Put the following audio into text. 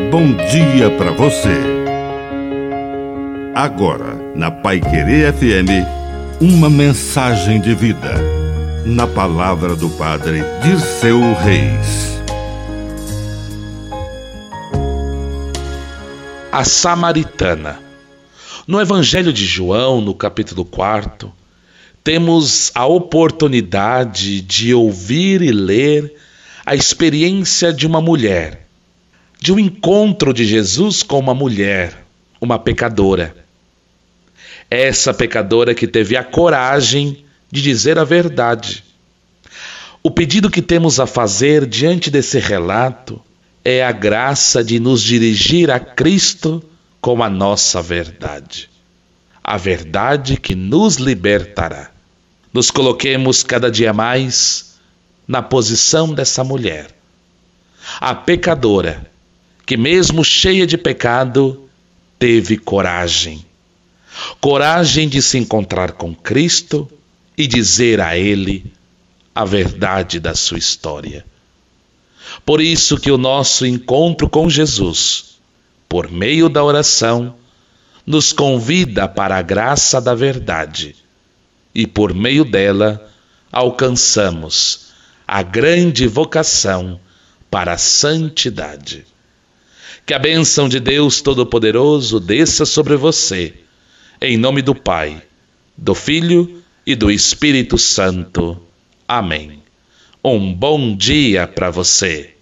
bom dia para você. Agora, na Paiquerê FM, uma mensagem de vida. Na palavra do Padre Dirceu Reis. A Samaritana. No Evangelho de João, no capítulo 4, temos a oportunidade de ouvir e ler a experiência de uma mulher, de um encontro de Jesus com uma mulher, uma pecadora. Essa pecadora que teve a coragem de dizer a verdade. O pedido que temos a fazer diante desse relato é a graça de nos dirigir a Cristo com a nossa verdade. A verdade que nos libertará. Nos coloquemos cada dia mais na posição dessa mulher. A pecadora, que mesmo cheia de pecado, teve coragem. Coragem de se encontrar com Cristo e dizer a Ele a verdade da sua história. Por isso que o nosso encontro com Jesus, por meio da oração, nos convida para a graça da verdade e por meio dela alcançamos a grande vocação para a santidade. Que a bênção de Deus Todo-Poderoso desça sobre você, em nome do Pai, do Filho e do Espírito Santo. Amém. Um bom dia para você.